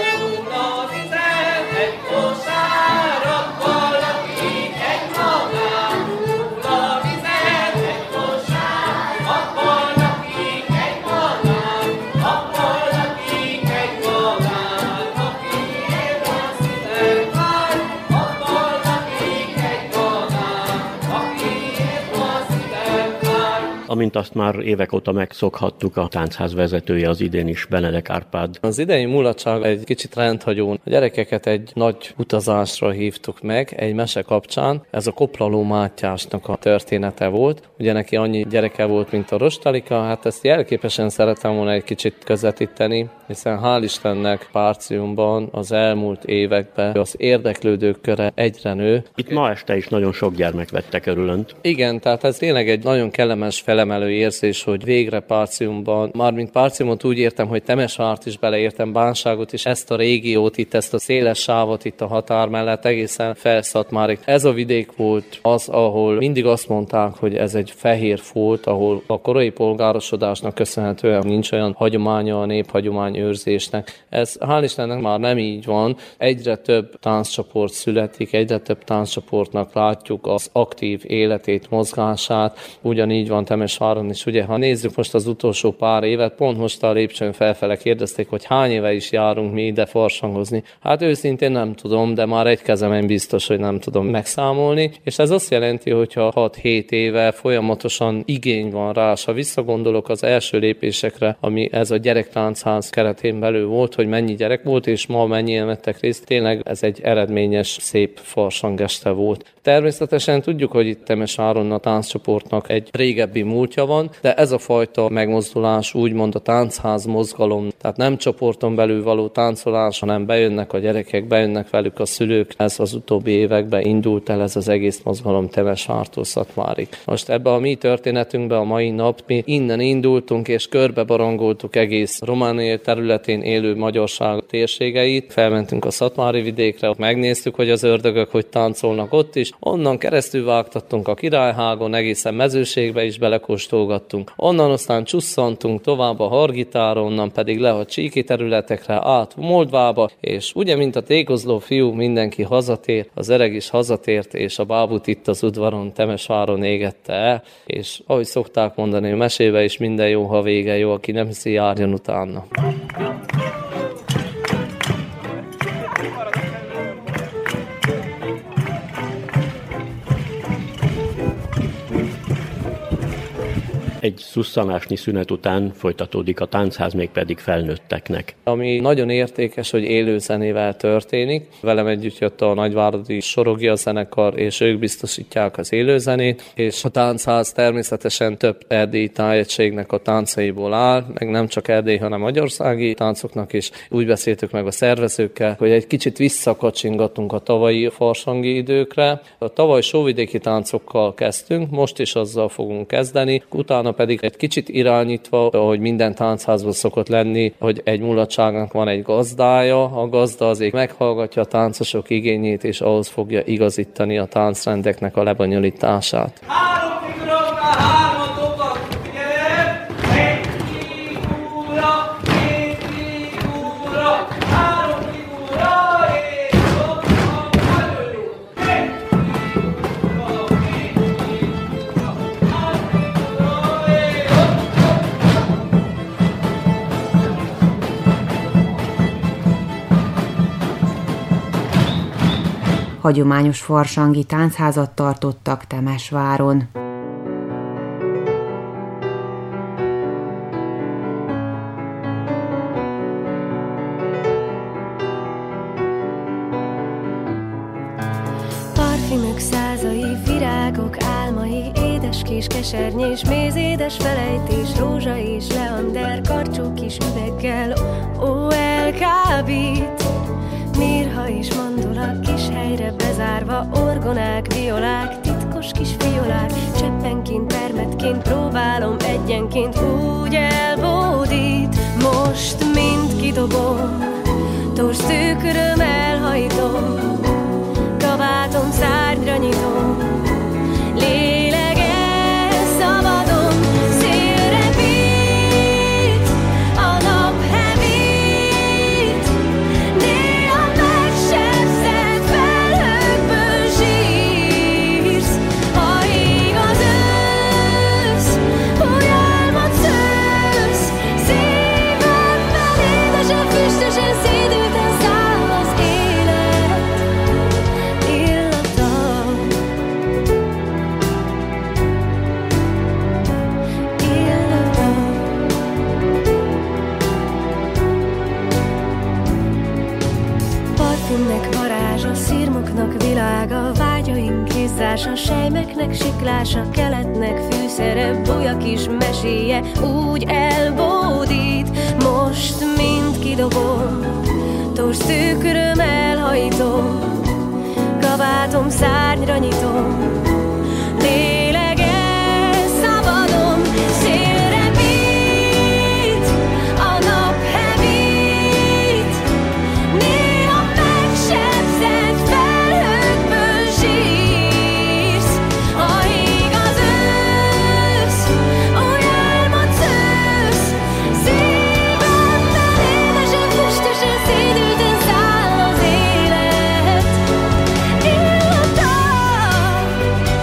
Amint azt már évek óta megszokhattuk, a táncház vezetője az idén is Benedek Árpád. Az idei mulatság egy kicsit rendhagyón. A gyerekeket egy nagy utazásra hívtuk meg egy mese kapcsán. Ez a Koplaló Mátyásnak a története volt. Ugye neki annyi gyereke volt, mint a Rostalika, hát ezt jelképesen szeretem volna egy kicsit közvetíteni, hiszen hál' Istennek Párciumban az elmúlt években az érdeklődők köre egyre nő. Itt ma este is nagyon sok gyermek vette körül önt. Igen, tehát ez tényleg egy nagyon kellemes felemelő érzés, hogy végre Párciumban, mármint Párciumot úgy értem, hogy Temesvárt is beleértem, Bánságot is, ezt a régiót, itt ezt a széles sávot itt a határ mellett egészen Felszatmárig. Ez a vidék volt az, ahol mindig azt mondták, hogy ez egy fehér folt, ahol a korai polgárosodásnak köszönhetően nincs olyan hagyománya a néphagyományőrzésnek. Ez hál' Istennek már nem így van. Egyre több tánccsoport születik, egyre több tánccsoportnak látjuk az aktív életét, mozgását. Ugyanígy van Temesváron is, ugye, ha nézzük most az utolsó pár évet, pont most a lépcsőn felfele kérdezték, hogy hány éve is járunk mi ide farsangozni. Hát őszintén nem tudom, de már egy kezemen biztos, hogy nem tudom megszámolni, és ez azt jelenti, hogyha hat-hét éve folyamatosan igény van rá, és ha visszagondolok az első lépésekre, ami ez a gyerektánchaz keretén belül volt, hogy mennyi gyerek volt, és ma mennyien vettek részt, tényleg ez egy eredményes, szép farsangeste volt. Természetesen tudjuk, hogy itt Temesváron a tánccsoportnak egy régebbi múltja van, de ez a fajta megmozdulás úgymond a táncház mozgalom, tehát nem csoporton belül való táncolás, hanem bejönnek a gyerekek, bejönnek velük a szülők. Ez az utóbbi években indult el ez az egész mozgalom Temesvártól Szatmárig. Most ebbe a mi történetünkbe a mai nap mi innen indultunk és körbebarangoltuk egész Románia területén élő magyarság térségeit. Felmentünk a szatmári vidékre, megnéztük, hogy az ördögök hogy táncolnak ott is. Onnan keresztül vágtattunk a Királyhágon, egészen Mezőségbe is bele belekóstolgattunk. Onnan aztán csusszantunk tovább a Hargitára, onnan pedig le a csíki területekre, át Moldvába, és ugye, mint a tékozló fiú, mindenki hazatér, az öreg is hazatért, és a bábút itt az udvaron, Temesváron égette el, és ahogy szokták mondani, a mesébe is minden jó, ha vége jó, aki nem hiszi, járjon utána. Egy szusszanásnyi szünet után folytatódik a táncház, mégpedig felnőtteknek. Ami nagyon értékes, hogy élő zenével történik. Velem együtt jött a Nagyváradi Sorogja zenekar, és ők biztosítják az élő zenét, és a táncház természetesen több erdélyi tájegységnek a táncaiból áll, meg nem csak erdélyi, hanem magyarországi táncoknak is. Úgy beszéltük meg a szervezőkkel, hogy egy kicsit visszakacsingatunk a tavalyi farsangi időkre. A tavaly sóvidéki táncokkal kezdtünk, most is azzal fogunk kezdeni, utána pedig egy kicsit irányítva, ahogy minden táncházban szokott lenni, hogy egy mulatságnak van egy gazdája, a gazda azért meghallgatja a táncosok igényét, és ahhoz fogja igazítani a táncrendeknek a lebonyolítását. Hagyományos farsangi táncházat tartottak Temesváron. Parfümök százai, virágok álmai, édes kis kesernyés, mézédes felejtés, rózsa és leander, karcsú kis üveggel, ó, elkábít. Mirha és mandula, kis helyre bezárva, orgonák, violák, titkos kis fiolák, cseppenként, permetként, próbálom egyenként, úgy elbódít. Most mind kidobom, torz tüköröm elhajtom, kabátom szárnyra nyitom, lélegem szabadon, szélre vitt, a nap hevít, néha megsebzett felhőkből zsírsz, ha ég az ősz, új álmot szősz, szívemben édesen, füstösen, szédülten száll az élet illata. Illata. Parfümnek varázsa, szirmoknak világa, vágyaink hizzása, sejmeknek siklása, keletnek fűszere, búja kis meséje, úgy elbódít. Most mind kidobom, torz tüköröm elhajtom, kabátom szárnyra nyitom, lélegem szabadon, szélre vitt, a nap hevít, néha megsebzett felhőkből zsírsz, ha ég az ősz, új álmot szősz, szívemben édesen, füstösen, szédülten száll az élet illata.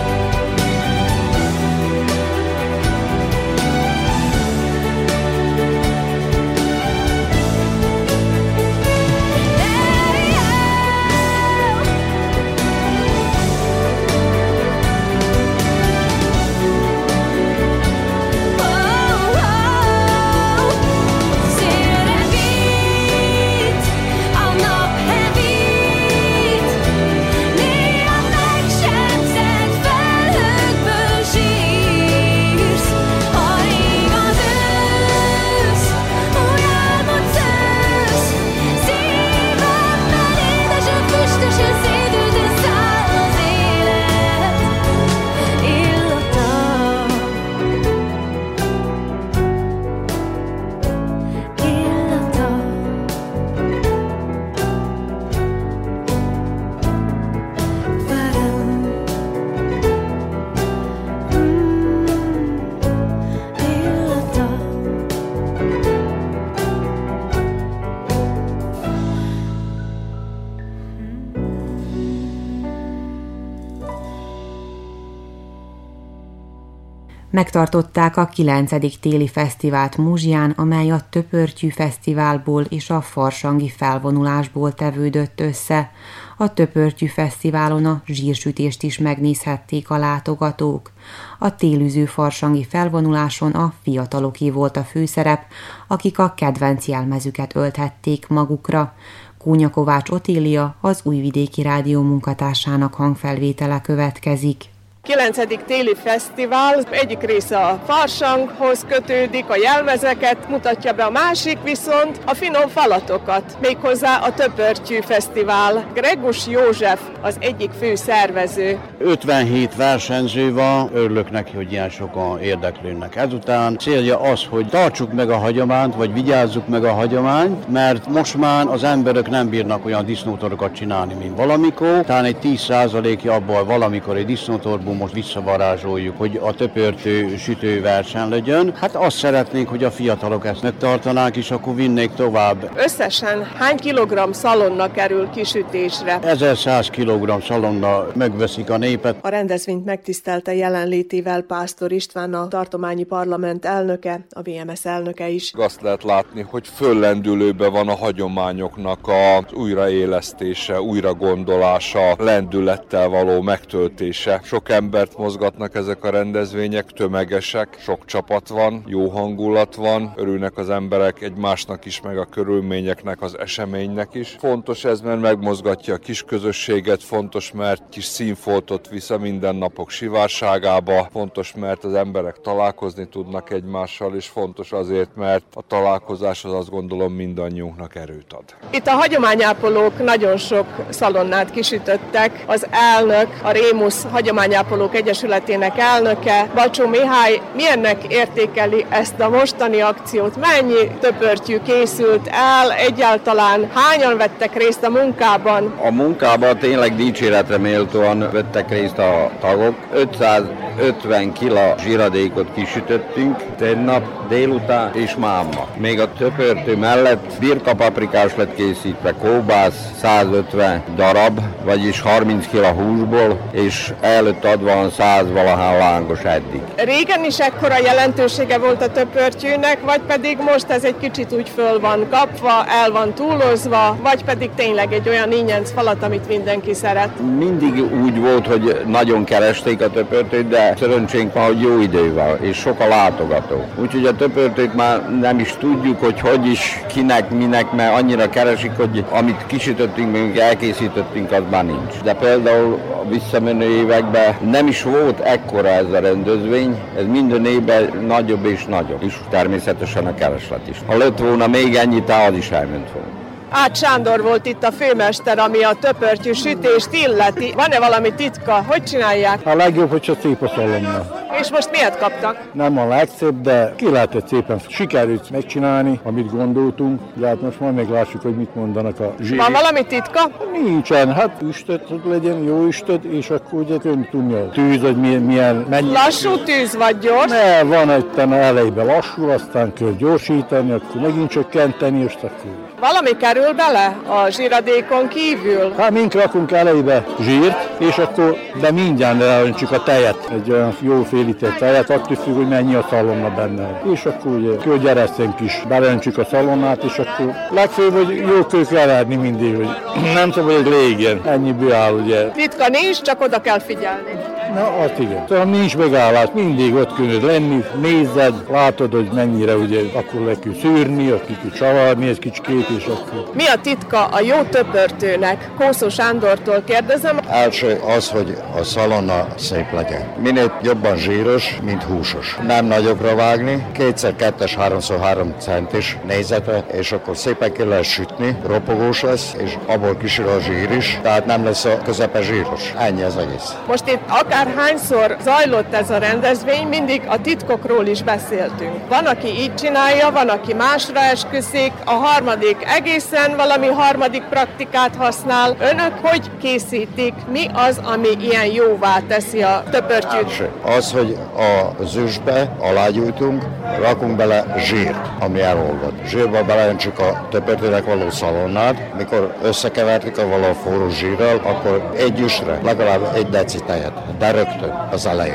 Megtartották a kilencedik téli fesztivált Muzsján, amely a Töpörtyű Fesztiválból és a farsangi felvonulásból tevődött össze. A Töpörtyű Fesztiválon a zsírsütést is megnézhették a látogatók. A télüző farsangi felvonuláson a fiataloké volt a főszerep, akik a kedvenc jelmezüket ölthették magukra. Kónya Kovács Otília, az Újvidéki Rádió munkatársának hangfelvétele következik. kilencedik téli fesztivál, egyik része a farsanghoz kötődik, a jelmezeket mutatja be, a másik viszont a finom falatokat, méghozzá a Töpörtyű Fesztivál. Gregus József az egyik fő szervező. ötvenhét versenyző van, örülök neki, hogy ilyen sokan érdeklődnek. Ezután célja az, hogy tartsuk meg a hagyományt, vagy vigyázzuk meg a hagyományt, mert most már az emberek nem bírnak olyan disznótorokat csinálni, mint valamikor. Talán egy tíz százalékja abból valamikor egy disznótorból most visszavarázsoljuk, hogy a töpörtő sütő verseny legyen. Hát azt szeretnénk, hogy a fiatalok ezt megtartanák, és akkor vinnék tovább. Összesen hány kilogramm szalonna kerül kisütésre? ezerszáz kilogramm szalonna megveszik a népet. A rendezvényt megtisztelte jelenlétével Pásztor István, a tartományi parlament elnöke, a vé em es elnöke is. Azt lehet látni, hogy föllendülőben van a hagyományoknak az újraélesztése, újragondolása, lendülettel való megtöltése. Sok embert mozgatnak ezek a rendezvények, tömegesek, sok csapat van, jó hangulat van, örülnek az emberek egymásnak is, meg a körülményeknek, az eseménynek is. Fontos ez, mert megmozgatja a kis közösséget, fontos, mert kis színfoltot visz a mindennapok sivárságába, fontos, mert az emberek találkozni tudnak egymással, és fontos azért, mert a találkozás az azt gondolom mindannyiunknak erőt ad. Itt a hagyományápolók nagyon sok szalonnát kisütöttek. Az elnök, a Rémusz Hagyományápolók Egyesületének elnöke, Bacsó Mihály, milyennek értékeli ezt a mostani akciót? Mennyi töpörtyű készült el? Egyáltalán hányan vettek részt a munkában? A munkában tényleg dicséretre méltóan vettek részt a tagok. ötszázötven kiló zsiradékot kisütöttünk, tegnap délután és máma. Még a töpörtő mellett birkapaprikás lett készítve, kóbász százötven darab, vagyis harminc kiló húsból, és előtt adva száz valahány lángos eddig. Régen is ekkora jelentősége volt a töpörtyűnek, vagy pedig most ez egy kicsit úgy föl van kapva, el van túlozva, vagy pedig tényleg egy olyan ínyenc falat, amit mindenki szeret? Mindig úgy volt, hogy nagyon keresték a töpörtőt, de szerencsénk van, hogy jó idő van, és sok a látogató. Úgyhogy a töpörtőt már nem is tudjuk, hogy hogy is, kinek, minek, mert annyira keresik, hogy amit kisütöttünk, még elkészítettünk, az már nincs. De például a visszamenő években nem is volt ekkora ez a rendezvény, ez minden évben nagyobb és nagyobb, és természetesen a kereslet is. Ha lett volna még ennyit, az is elment volna. Ács Sándor volt itt a főmester, ami a töpörtyű sütést illeti. Van-e valami titka? Hogy csinálják? A legjobb, hogyha szép a szalonna. És most miért kaptak? Nem a legszebb, de ki lehetett szépen sikerült megcsinálni, amit gondoltunk. De hát most majd meglássuk, hogy mit mondanak a zsíri. Van valami titka? Nincsen, hát üstöt legyen, jó üstöt, és akkor ugye könnyű tudni a tűz, hogy milyen, milyen mennyi. Lassú tűz vagy gyors? Ne, van egy elejében lassul, aztán kell gyorsítani, akkor megint csökkenteni, és akkor... Valami kerül bele a zsíradékon kívül? Hát mink rakunk elejébe zsírt, és akkor de mindjárt elöntsük a tejet, egy olyan jó fél liter tejet, attól függ, hogy mennyi a szalonna benne. És akkor ugye kőgyeresztőnk is belöntsük a szalonnát, és akkor legfőbb, hogy jó kő kell verni mindig, hogy nem szabad, hogy légjen. Ennyiből áll, ugye. Titka nincs, csak oda kell figyelni. Na, azt igen. Szóval nincs megállás, mindig ott kell lenni, nézed, látod, hogy mennyire ugye akkor le kell szűrni, akkor kell csavarni egy kicsikét, és akkor... Mi a titka a jó töpörtőnek? Kószó Sándortól kérdezem. Első az, hogy a szalonna szép legyen. Minél jobban zsíros, mint húsos. Nem nagyokra vágni, kétszer kettes, háromszor három centis nézete, és akkor szépen kell lehet sütni, ropogós lesz, és abból kisül a zsír is, tehát nem lesz a közepe zsíros. Ennyi az egész. Most itt akárhányszor zajlott ez a rendezvény, mindig a titkokról is beszéltünk. Van, aki így csinálja, van, aki másra esküszik, a harmadik egészen valami harmadik praktikát használ. Önök hogy készítik? Mi az, ami ilyen jóvá teszi a töpörtyűt? Az, hogy a züstbe alágyújtunk, rakunk bele zsírt, ami elolvad. Zsírba beleöntsük a töpörtőnek való szalonnát, mikor összekevertük a való forró zsírral, akkor egy üstre legalább egy deci tejet, de rögtön az elején.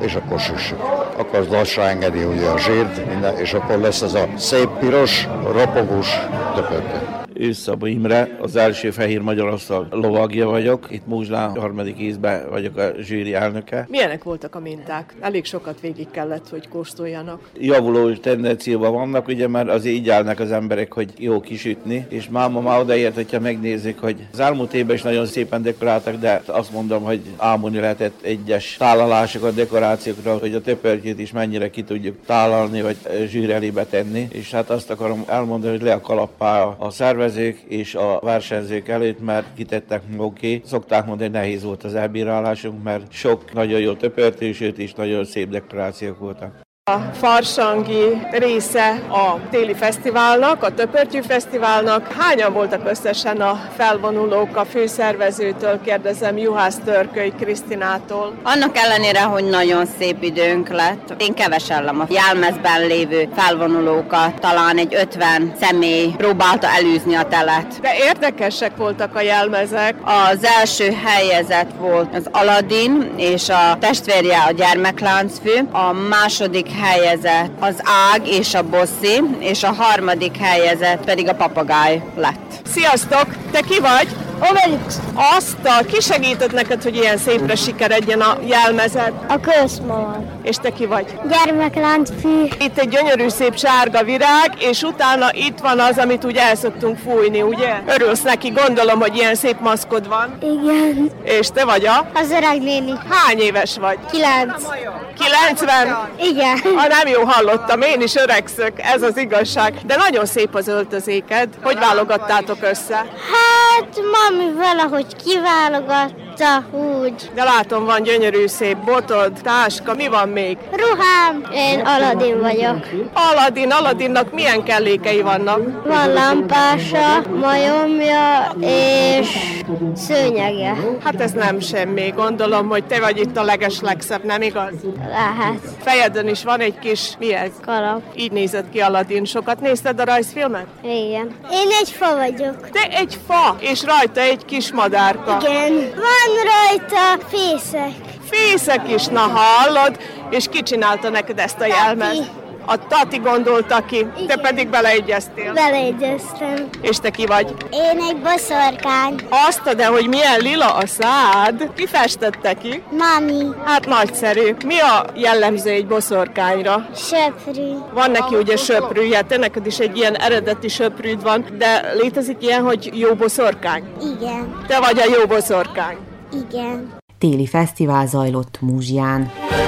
és akkor süssük. Akkor az lassra engedi ugye a zsírt, minden, és akkor lesz ez a szép piros, ropogós töpörtő. Ősszabó Imre, az első Fehér Magyarország lovagja vagyok. Itt Múzsán harmadik ízben vagyok a zsűri elnöke. Milyenek voltak a minták? Elég sokat végig kellett, hogy kóstoljanak. Javuló tendenciában vannak, ugye, mert azért így állnak az emberek, hogy jó kisütni, és máma már odaért, hogyha megnézik, hogy az elmúlt évben is nagyon szépen dekoráltak, de azt mondom, hogy ámulni lehetett egyes tálalásokat, dekorációkra, hogy a töpörtyét is mennyire ki tudjuk tálalni, vagy zsűri elébe tenni, és hát azt akarom elmondani, hogy le a kalappá a szervezet és a versenyzők előtt, mert kitettek maguk. Szokták mondani, hogy nehéz volt az elbírálásunk, mert sok nagyon jó töpörtősőt és nagyon szép dekorációk voltak. A farsangi része a téli fesztiválnak, a Töpörtyű Fesztiválnak. Hányan voltak összesen a felvonulók? A főszervezőtől kérdezem, Juhász Törköly Krisztinától. Annak ellenére, hogy nagyon szép időnk lett, én keveselem a jelmezben lévő felvonulókat, talán egy ötven személy próbálta elűzni a telet. De érdekesek voltak a jelmezek. Az első helyezett volt az Aladdin és a testvérje a gyermekláncfű, a második helyezett az Ág és a Bosszi, és a harmadik helyezett pedig a Papagáj lett. Sziasztok! Te ki vagy? Obelix. Asztal, ki segített neked, hogy ilyen szépre sikeredjen a jelmezed? A közmama. És te ki vagy? Gyermekláncfű. Itt egy gyönyörű szép sárga virág, és utána itt van az, amit úgy el szoktunk fújni, ugye? Örülsz neki, gondolom, hogy ilyen szép maszkod van. Igen. És te vagy a? Az öreg néni. Hány éves vagy? Kilenc. kilencven? Igen. Ha nem jó hallottam, én is öregszök, ez az igazság. De nagyon szép az öltözéked. Hogy válogattátok össze? Hát, mami valahogy kiválogatta úgy. De látom, van gyönyörű szép botod, táska, mi van még? Ruhám. Én Aladdin vagyok. Aladdin, Aladdinnak milyen kellékei vannak? Van lámpása, majomja és szőnyege. Hát ez nem semmi, gondolom, hogy te vagy itt a legeslegszebb, nem igaz? Lehet. Fejedön is van egy kis, mi ez? Kalap. Így nézett ki Aladdin. Sokat nézted a rajzfilmet? Igen. Én egy fa vagyok. Te egy fa, és rajta egy kis madárka. Igen. Van rajta fészek. Fészek is, na hallod? És ki csinálta neked ezt a jelmezt? A Tati gondolta ki, igen. Te pedig beleegyeztél. Beleegyeztem. És te ki vagy? Én egy boszorkány. Azt, de hogy milyen lila a szád? Ki festette ki? Mami. Hát nagyszerű. Mi a jellemző egy boszorkányra? Söprű. Van neki ugye söprűje, te neked is egy ilyen eredeti söprűd van, de létezik ilyen, hogy jó boszorkány? Igen. Te vagy a jó boszorkány? Igen. Téli fesztivál zajlott Múzsján.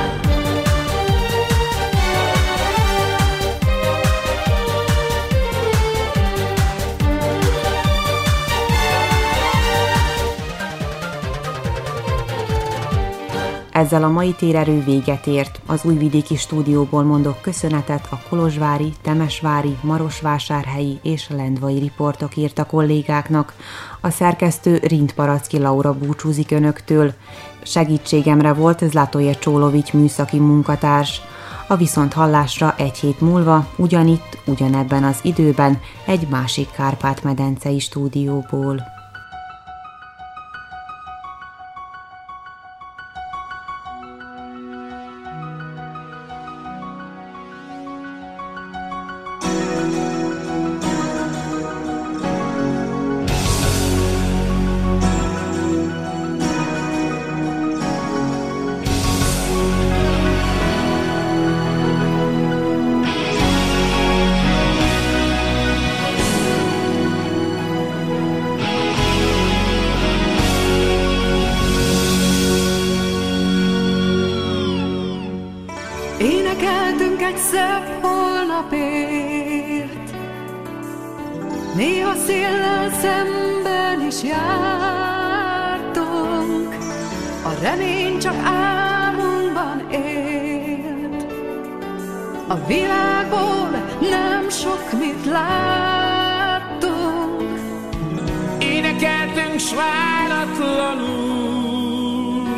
Ezzel a mai térerő véget ért. Az újvidéki stúdióból mondok köszönetet a kolozsvári, temesvári, marosvásárhelyi és lendvai riportok írt a kollégáknak. A szerkesztő Rindparacki Laura búcsúzik önöktől. Segítségemre volt Zlatoje Csólovics műszaki munkatárs. A viszonthallásra egy hét múlva, ugyanitt, ugyanebben az időben egy másik Kárpát-medencei stúdióból. Énekeltünk egy szebb holnapért, néha széllel szemben is jártunk, a remény csak álmunkban élt. A világból nem sok mit láttunk. Énekeltünk s váratlanul,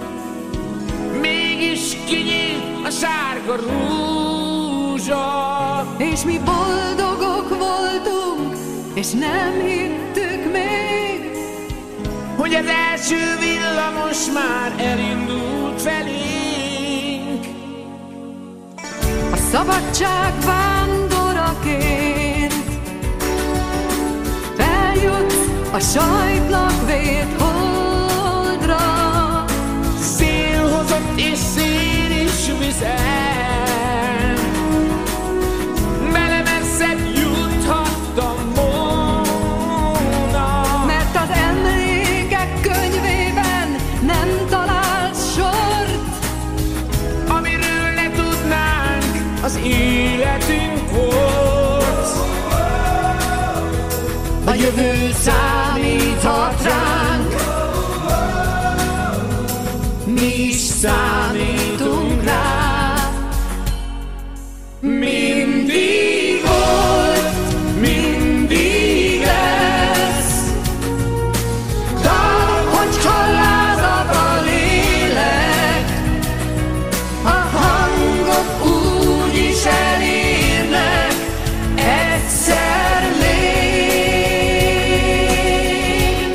mégis kinyílt a sárga rúzsa. És mi boldogok voltunk, és nem hittük még, hogy az első villamos már elindult felénk. szabadság vándoraként. Feljutsz a sajtnak vét holdra, szél hozott és szél is vizel, vele messzebb juthattam volna, mert az emlékek könyvében nem találsz sort, amiről ne tudnánk az életünk volt. A jövő számíthat ránk, mi is számítunk rá. Mindig volt, mindig lesz, Dal, hogyha lázad a lélek, a hangok úgy is elérnek egyszer még.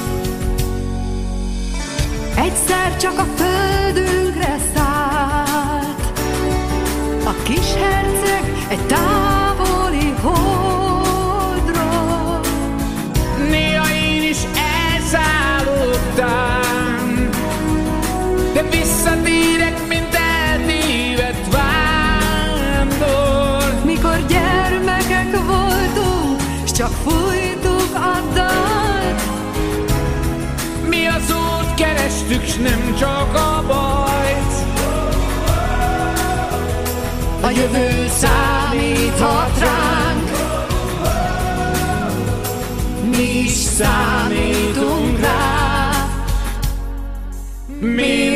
Egyszer csak a földünkre szállt a kis herceg egy távoli holdról. néha én is elszállottam, de visszatérek, mint eltévedt vándor. Mikor gyermekek voltunk, s csak fújtuk a dalt, Mi az út kerestük, s nem csak a bajt. a jövő számíthat ránk, mi is számítunk rá. Mi